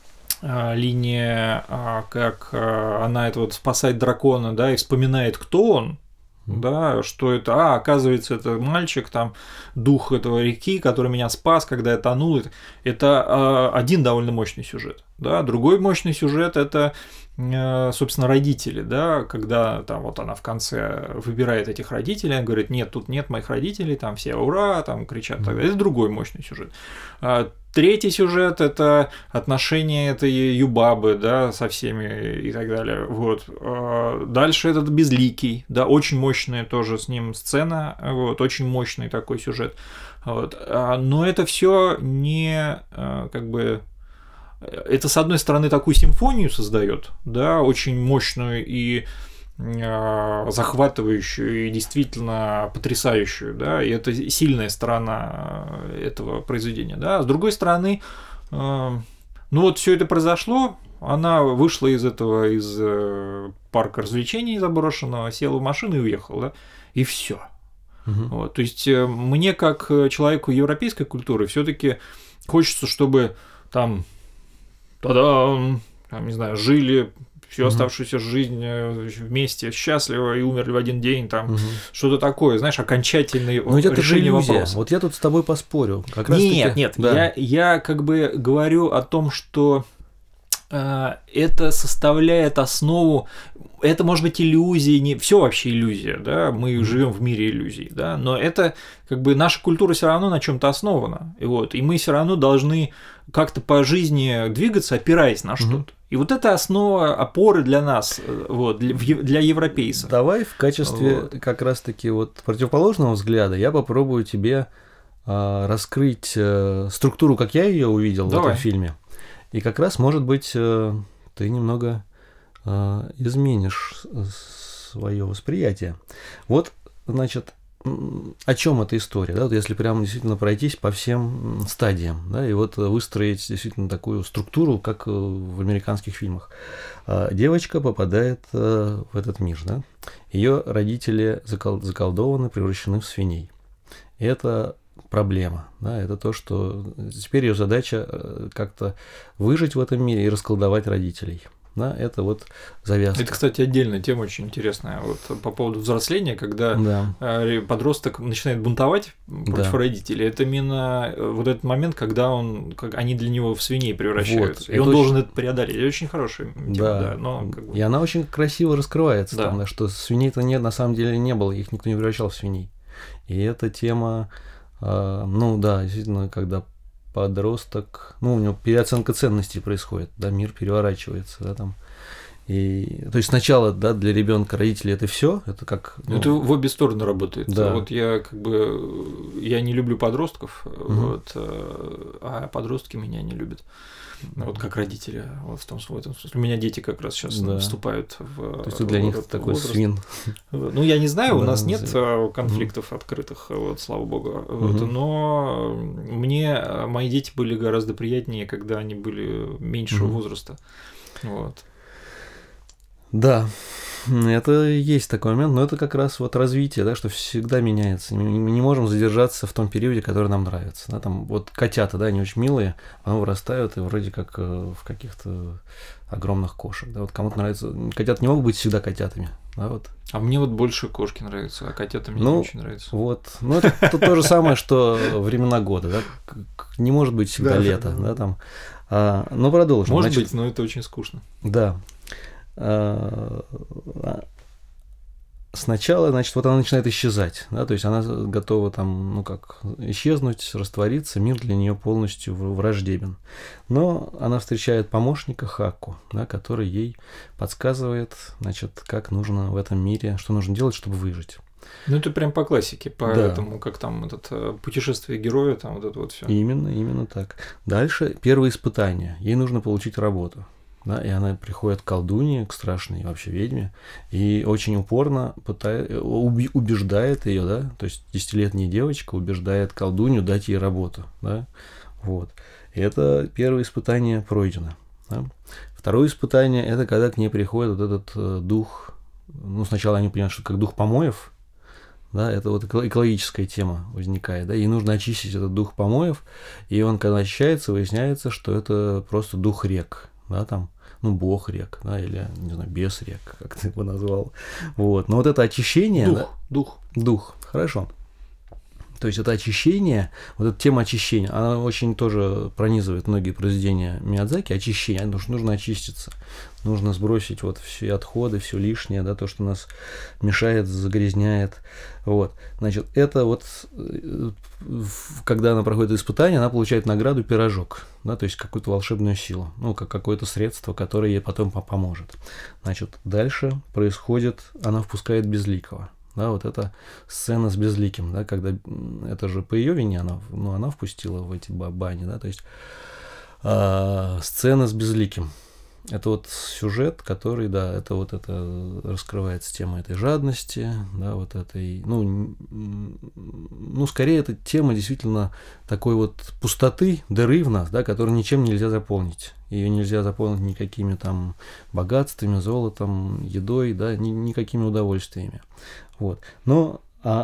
линия, как она это вот спасает дракона, да, и вспоминает, кто он. Да, что это, оказывается, это мальчик, там, дух этого реки, который меня спас, когда я тонул. Это один довольно мощный сюжет. Да? Другой мощный сюжет – это, собственно, родители, да, когда там вот она в конце выбирает этих родителей, она говорит, нет, тут нет моих родителей, там все ура, там кричат, так далее. Это другой мощный сюжет. Третий сюжет – это отношения этой Юбабы, да, со всеми и так далее. Вот. Дальше этот Безликий, да, очень мощная тоже с ним сцена, вот, очень мощный такой сюжет. Вот. Но это все не как бы… Это, с одной стороны, такую симфонию создает, да, очень мощную и захватывающую и действительно потрясающую, да, и это сильная сторона этого произведения, да. А с другой стороны, ну вот все это произошло, она вышла из парка развлечений заброшенного, села в машину и уехала, да, и все. Вот, то есть мне, как человеку европейской культуры, все-таки хочется, чтобы там, там, не знаю, жили всю оставшуюся жизнь вместе, счастливо и умерли в один день, там, что-то такое, знаешь, окончательное решение вопроса. Вот я тут с тобой поспорю. Как раз нет, да. я как бы говорю о том, что это составляет основу, это может быть иллюзия, не все вообще иллюзия, да, мы живем в мире иллюзий, да, но это как бы наша культура все равно на чем-то основана, и мы все равно должны как-то по жизни двигаться, опираясь на что-то. И вот это основа опоры для нас, вот, для европейцев. Давай в качестве как раз-таки вот противоположного взгляда я попробую тебе раскрыть структуру, как я ее увидел в этом фильме. И как раз, может быть, ты немного изменишь свое восприятие. Вот, значит, о чем эта история, да? Вот если прямо действительно пройтись по всем стадиям, да, и вот выстроить действительно такую структуру, как в американских фильмах. Девочка попадает в этот мир, да? Ее родители заколдованы, превращены в свиней. И это проблема, да, это то, что теперь ее задача как-то выжить в этом мире и расколдовать родителей. Да, это вот завязка. Это, кстати, отдельная тема очень интересная. Вот по поводу взросления, когда подросток начинает бунтовать против родителей, это именно вот этот момент, когда они для него в свиней превращаются. Вот, и он должен это преодолеть. Это очень хорошая тема, да. Но, как бы… И она очень красиво раскрывается, там, да, что свиней-то нет, на самом деле не было, их никто не превращал в свиней. И эта тема, ну да, действительно, когда подросток, ну, у него переоценка ценностей происходит, да, мир переворачивается, да, там. И, то есть сначала, да, для ребенка родители это все, это как… Ну, это в обе стороны работает. Да. Вот я я не люблю подростков, вот, а подростки меня не любят. Вот как родители, вот в этом смысле. У меня дети как раз сейчас вступают в… То есть для них такой свин. Ну, я не знаю, у нас нет конфликтов открытых, вот, слава богу. Вот, но мне мои дети были гораздо приятнее, когда они были меньшего возраста. Вот. Да, это есть такой момент, но это как раз вот развитие, да, что всегда меняется. Мы не можем задержаться в том периоде, который нам нравится. Да, там вот котята, да, они очень милые, потом вырастают и вроде как в каких-то огромных кошек. Да, вот кому-то нравится. Котята не могут быть всегда котятами. Да, вот. А мне вот больше кошки нравятся, а котята мне не очень нравятся. Вот. Ну, это то же самое, что времена года, да. Не может быть всегда лето, да, там. Но продолжим. Может быть, но это очень скучно. Да. сначала, значит, вот она начинает исчезать, да, то есть она готова там, ну как, исчезнуть, раствориться, мир для нее полностью враждебен. Но она встречает помощника Хакку, да, который ей подсказывает, значит, как нужно в этом мире, что нужно делать, чтобы выжить. Ну, это прям по классике, по Да. этому, как там, этот путешествие героя, там вот это вот все. Именно так. Дальше первое испытание. Ей нужно получить работу. Да, и она приходит к колдунье, к страшной вообще ведьме, и очень упорно убеждает ее, да, то есть 10-летняя девочка убеждает колдунью дать ей работу, да, вот. И это первое испытание пройдено. Да. Второе испытание – это когда к ней приходит вот этот дух, ну, сначала они понимают, что как дух помоев, да, это вот экологическая тема возникает, да, ей нужно очистить этот дух помоев, и он, когда очищается, выясняется, что это просто дух рек, да, там, ну, бог рек, да, или, не знаю, бес рек, как ты его назвал, вот, но вот это очищение... Дух, хорошо. То есть это очищение, вот эта тема очищения, она очень тоже пронизывает многие произведения Миядзаки, очищение, потому что нужно очиститься, нужно сбросить вот все отходы, все лишнее, да, то, что нас мешает, загрязняет, вот, значит, это вот, когда она проходит испытание, она получает награду пирожок, да, то есть какую-то волшебную силу, ну, как какое-то средство, которое ей потом поможет. Значит, дальше происходит, она впускает Безликого. Да, вот эта сцена с Безликим, да, когда это же по ее вине она впустила в эти бани, да, то есть сцена с Безликим. Это вот сюжет, который, да, это раскрывается тема этой жадности, да, вот этой, ну, скорее это тема действительно такой вот пустоты, дыры в нас, да, которую ничем нельзя заполнить. Ее нельзя заполнить никакими там богатствами, золотом, едой, да, никакими удовольствиями. Вот. Но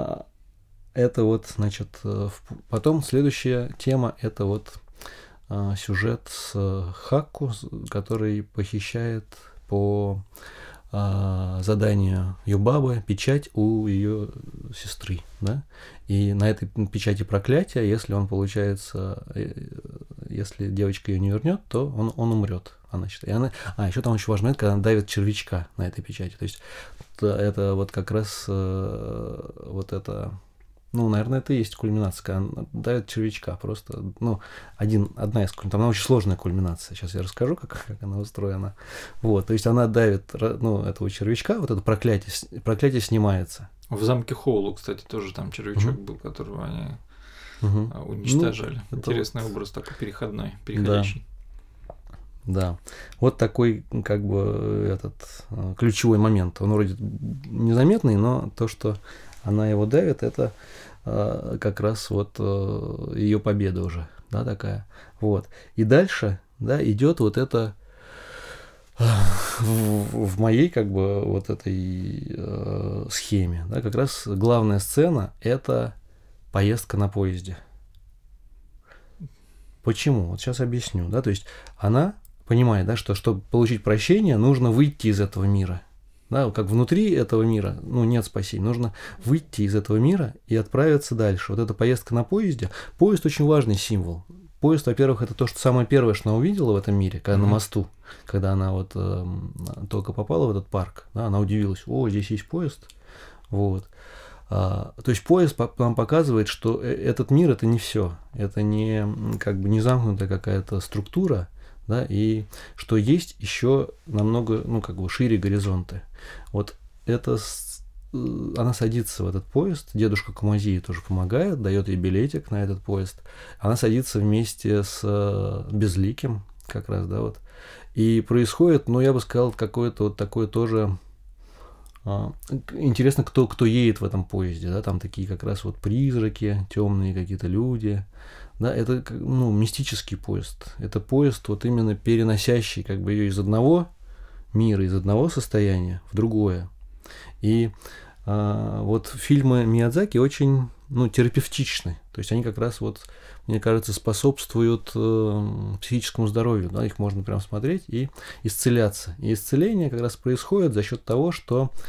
это вот, значит, потом следующая тема, это вот сюжет с Хакку, который похищает по заданию Юбабы печать у ее сестры, да, и на этой печати проклятия, если он получается, если девочка ее не вернет, то он умрет, она считает. Еще там очень важный момент, когда она давит червячка на этой печати, то есть это вот как раз вот это. Ну, наверное, это и есть кульминация, когда она давит червячка просто, ну, одна из кульминаций, там она очень сложная кульминация, сейчас я расскажу, как она устроена, вот, то есть она давит, ну, этого червячка, вот это проклятие снимается. В замке Хоулу, кстати, тоже там червячок был, которого они уничтожали. Ну, интересный образ такой переходящий. Да, вот такой, как бы, этот ключевой момент, он вроде незаметный, но то, что она его давит, это как раз вот ее победа уже, да, такая. Вот. И дальше, да, идет вот это в моей, как бы, вот этой схеме, да, как раз главная сцена – это поездка на поезде. Почему? Вот сейчас объясню, да, то есть она понимает, да, что чтобы получить прощение, нужно выйти из этого мира. Да, как внутри этого мира, ну, нет спасения, нужно выйти из этого мира и отправиться дальше. Вот эта поездка на поезде, поезд очень важный символ. Поезд, во-первых, это то, что самое первое, что она увидела в этом мире, когда на мосту, когда она вот только попала в этот парк, да, она удивилась, о, здесь есть поезд, вот. То есть поезд нам показывает, что этот мир это не все, это не как бы не замкнутая какая-то структура, да, и что есть еще намного, ну, как бы шире горизонты. Вот это она садится в этот поезд, дедушка Камазии тоже помогает, дает ей билетик на этот поезд. Она садится вместе с Безликим, как раз, да, вот. И происходит, ну, я бы сказал, какое-то вот такое тоже... Интересно, кто едет в этом поезде, да, там такие как раз вот призраки, темные какие-то люди, да, это, ну, мистический поезд, это поезд вот именно переносящий как бы ее из одного мира, из одного состояния в другое. И вот фильмы Миядзаки очень, ну, терапевтичны, то есть они как раз вот, мне кажется, способствуют психическому здоровью, да, их можно прям смотреть и исцеляться. И исцеление как раз происходит за счет того, что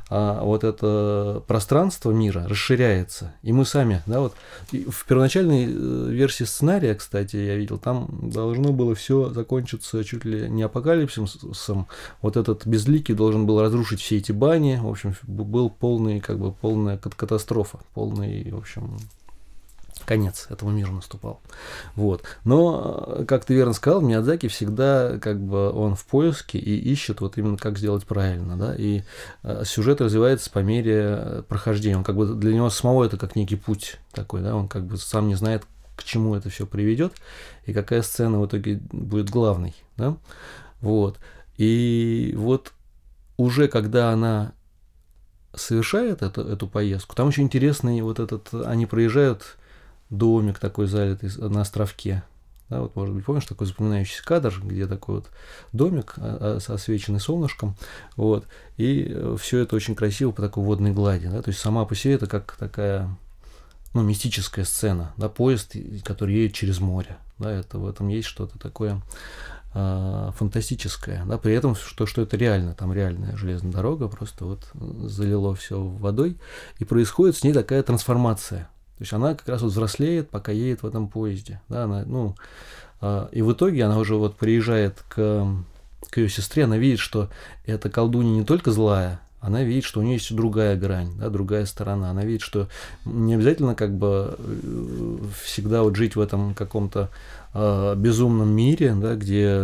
вот это пространство мира расширяется, и мы сами, да, вот и в первоначальной версии сценария, кстати, я видел, там должно было все закончиться чуть ли не апокалипсисом, вот этот безликий должен был разрушить все эти бани, в общем, был полная катастрофа, полный, в общем, конец этому миру наступал. Вот. Но, как ты верно сказал, Миядзаки всегда как бы он в поиске и ищет вот именно как сделать правильно, да, и сюжет развивается по мере прохождения. Он как бы для него самого это как некий путь такой, да, он как бы сам не знает, к чему это все приведет и какая сцена в итоге будет главной, да. Вот. И вот уже когда она совершает эту поездку, там очень интересный вот этот, они проезжают домик такой залитый на островке. Да, вот, может быть, помнишь, такой запоминающийся кадр, где такой вот домик, освещенный солнышком, вот, и все это очень красиво по такой водной глади, да, то есть сама по себе это как такая, ну, мистическая сцена, да, поезд, который едет через море, да, это в этом есть что-то такое фантастическое, да, при этом, что это реально, там реальная железная дорога, просто вот залило все водой, и происходит с ней такая трансформация. То есть она как раз вот взрослеет, пока едет в этом поезде. Да, она, ну, и в итоге она уже вот приезжает к ее сестре, она видит, что эта колдунья не только злая, она видит, что у нее есть другая грань, да, другая сторона. Она видит, что не обязательно как бы всегда вот жить в этом каком-то безумном мире, да, где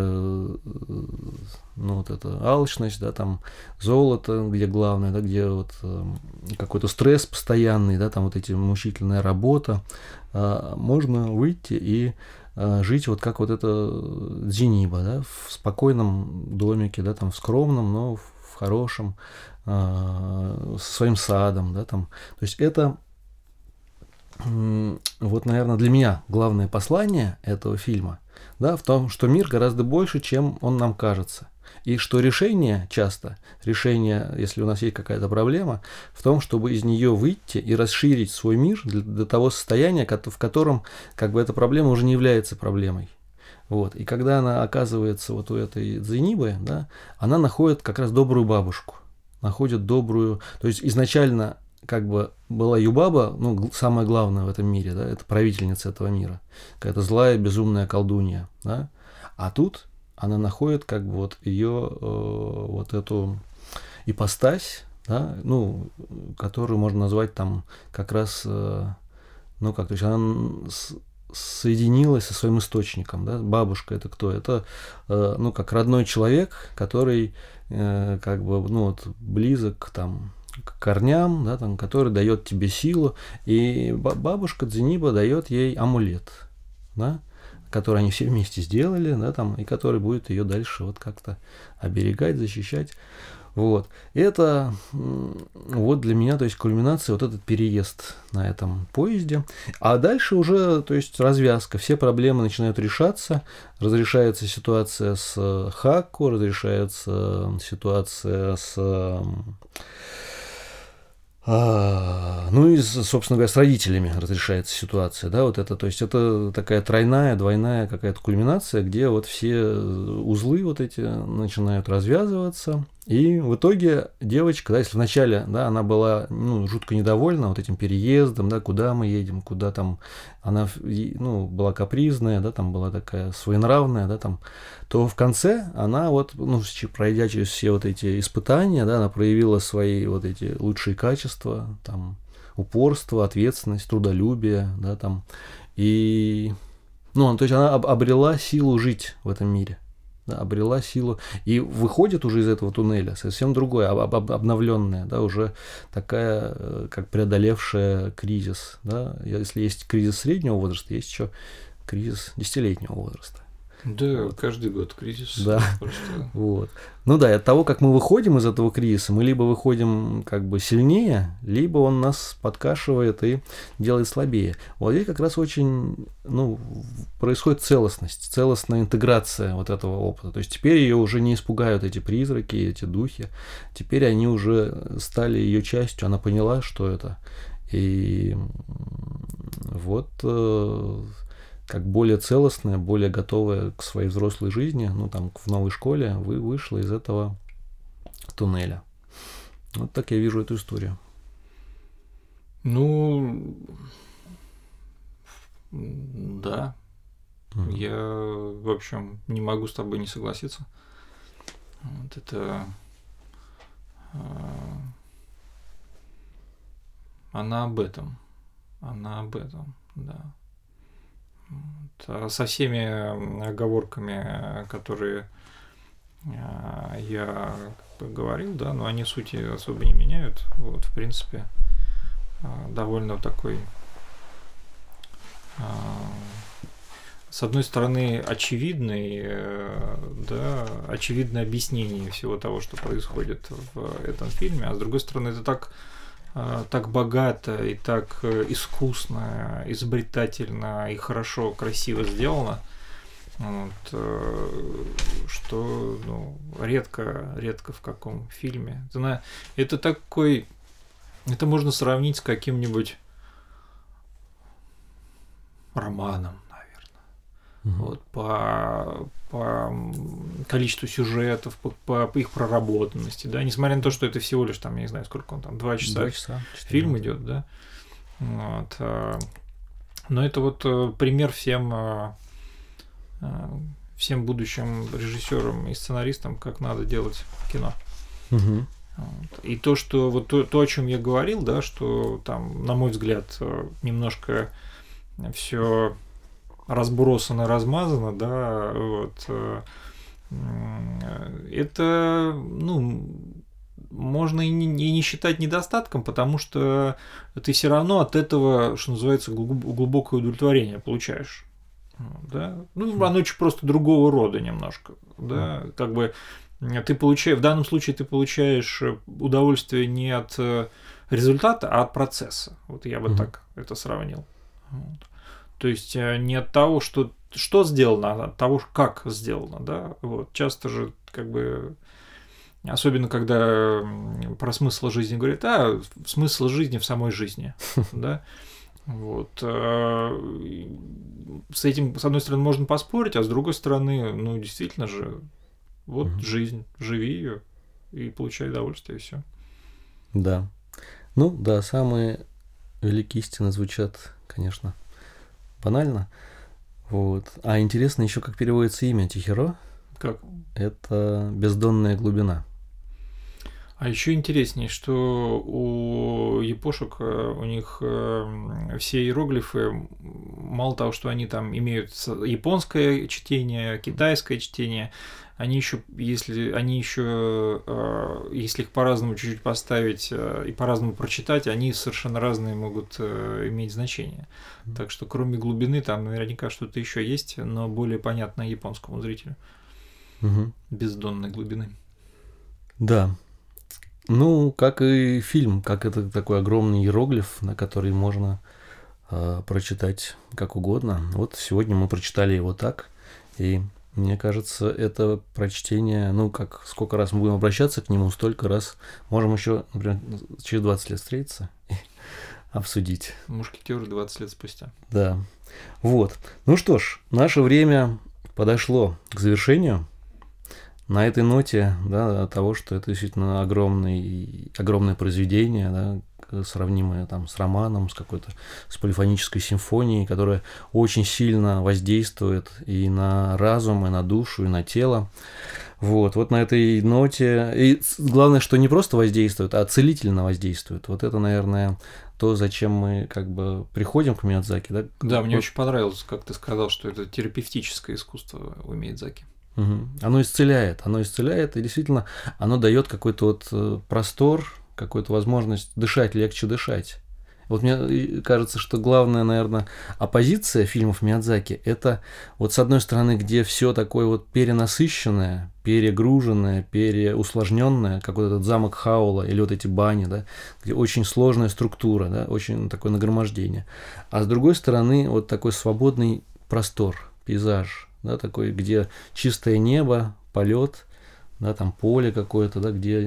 ну, вот эта алчность, да, там золото, где главное, да, где вот какой-то стресс постоянный, да, там вот эти мучительная работа, можно выйти и жить вот как вот это Дзениба, да, в спокойном домике, да, там в скромном, но в хорошем, со своим садом, да, там, то есть это вот, наверное, для меня главное послание этого фильма, да, в том, что мир гораздо больше, чем он нам кажется. И что решение, если у нас есть какая-то проблема, в том, чтобы из нее выйти и расширить свой мир до того состояния, в котором как бы эта проблема уже не является проблемой. Вот. И когда она оказывается вот у этой Дзенибы, да, она находит как раз добрую бабушку, находит добрую, то есть изначально как бы была Юбаба, ну, самое главное в этом мире, да, это правительница этого мира, какая-то злая, безумная колдунья, да, а тут она находит как бы вот ее вот эту ипостась, да, ну, которую можно назвать там как раз, ну, как, то есть она соединилась со своим источником, да, бабушка это кто? Это, ну, как родной человек, который как бы, ну, вот, близок там к корням, да, там, который дает тебе силу, и бабушка Дзениба дает ей амулет, да, который они все вместе сделали, да, там, и который будет ее дальше вот как-то оберегать, защищать. Вот. И это вот для меня, то есть кульминация, вот этот переезд на этом поезде. А дальше уже, то есть развязка. Все проблемы начинают решаться. Разрешается ситуация с Хакко, разрешается ситуация с... ну и, собственно говоря, с родителями разрешается ситуация, да, вот это, то есть это такая тройная, двойная какая-то кульминация, где вот все узлы вот эти начинают развязываться, и в итоге девочка, да, если вначале, да, она была, ну, жутко недовольна вот этим переездом, да, куда мы едем, куда там, она, ну, была капризная, да, там была такая своенравная, да, там, то в конце она вот, ну, пройдя через все вот эти испытания, да, она проявила свои вот эти лучшие качества, там, упорство, ответственность, трудолюбие, да, там, и, ну, то есть она обрела силу жить в этом мире, да, обрела силу, и выходит уже из этого туннеля совсем другое, обновленное, да, уже такая, как преодолевшая кризис, да, если есть кризис среднего возраста, есть еще кризис десятилетнего возраста. Да, вот. Каждый год кризис. Да, просто... вот. Ну да, и от того, как мы выходим из этого кризиса, мы либо выходим как бы сильнее, либо он нас подкашивает и делает слабее. Вот здесь как раз очень, ну, происходит целостная интеграция вот этого опыта. То есть теперь ее уже не испугают эти призраки, эти духи. Теперь они уже стали ее частью, она поняла, что это. И вот... как более целостная, более готовая к своей взрослой жизни, ну, там, в новой школе, вышла из этого туннеля. Вот так я вижу эту историю. Ну, да. Я, в общем, не могу с тобой не согласиться. Вот это... Она об этом. Она об этом, да. Вот. Со всеми оговорками, которые я говорил, да, но они сути особо не меняют. Вот, в принципе, довольно такой, с одной стороны, очевидное объяснение всего того, что происходит в этом фильме, а с другой стороны, это так богато и так искусно, изобретательно и хорошо, красиво сделано, вот, что редко в каком фильме. Это такой... Это можно сравнить с каким-нибудь романом, наверное. Вот, по количеству сюжетов, по их проработанности, да, несмотря на то, что это всего лишь там, я не знаю, сколько он там, 2 часа фильм идет, да. Вот, но это вот пример всем будущим режиссерам и сценаристам, как надо делать кино. Угу. И то, что вот то, о чем я говорил, да, что там, на мой взгляд, немножко все разбросано, размазано, да, вот, это, можно и не считать недостатком, потому что ты все равно от этого, что называется, глубокое удовлетворение получаешь. Да? Оно очень просто другого рода немножко, да, как бы ты получаешь, в данном случае ты получаешь удовольствие не от результата, а от процесса. Вот я бы так это сравнил. Вот. То есть не от того, что сделано, а от того, как сделано, да. Вот. Часто же, как бы, особенно когда про смысл жизни говорят, смысл жизни в самой жизни, да. Вот. С этим, с одной стороны, можно поспорить, а с другой стороны, действительно же, вот жизнь, живи ее и получай удовольствие, и все. Да. Да, самые великие истины звучат, конечно, банально. Вот. А интересно еще, как переводится имя Чихиро. Как? Это бездонная глубина. А еще интереснее, что у япошек, у них все иероглифы, мало того, что они там имеют японское чтение, китайское чтение, они еще, если их по-разному чуть-чуть поставить и по-разному прочитать, они совершенно разные могут иметь значение. Так что кроме глубины там наверняка что-то еще есть, но более понятное японскому зрителю. Бездонной глубины. Да. Как и фильм, как это такой огромный иероглиф, на который можно прочитать как угодно. Вот сегодня мы прочитали его так, и мне кажется, это прочтение, сколько раз мы будем обращаться к нему, столько раз можем еще, например, через 20 лет встретиться и обсудить. Мушкетеры 20 лет спустя. Да. Вот. Что ж, наше время подошло к завершению. На этой ноте, да, того, что это действительно огромное произведение, да, сравнимое там с романом, с полифонической симфонией, которая очень сильно воздействует и на разум, и на душу, и на тело. Вот на этой ноте, и главное, что не просто воздействует, а целительно воздействует. Вот это, наверное, то, зачем мы как бы приходим к Миядзаки. Да, да, мне очень понравилось, как ты сказал, что это терапевтическое искусство у Миядзаки. Оно исцеляет, и действительно оно дает какой-то простор, какую-то возможность дышать, легче дышать. Вот мне кажется, что главная, наверное, оппозиция фильмов Миядзаки – это с одной стороны, где все такое перенасыщенное, перегруженное, переусложненное, как этот замок Хаула или эти бани, да, где очень сложная структура, да, очень такое нагромождение. А с другой стороны, такой свободный простор, пейзаж, да, такой, где чистое небо, полет, да, там поле какое-то, да, где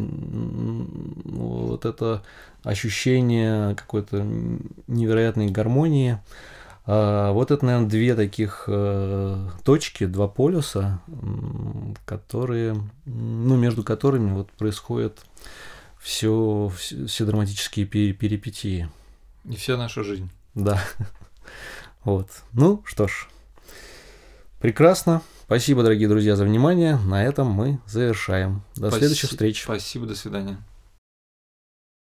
это ощущение какой-то невероятной гармонии. Это, наверное, две таких точки, два полюса, которые, между которыми происходят все драматические перипетии. И вся наша жизнь. Да. Вот. Ну, что ж. Прекрасно. Спасибо, дорогие друзья, за внимание. На этом мы завершаем. До следующих встреч. Спасибо, до свидания.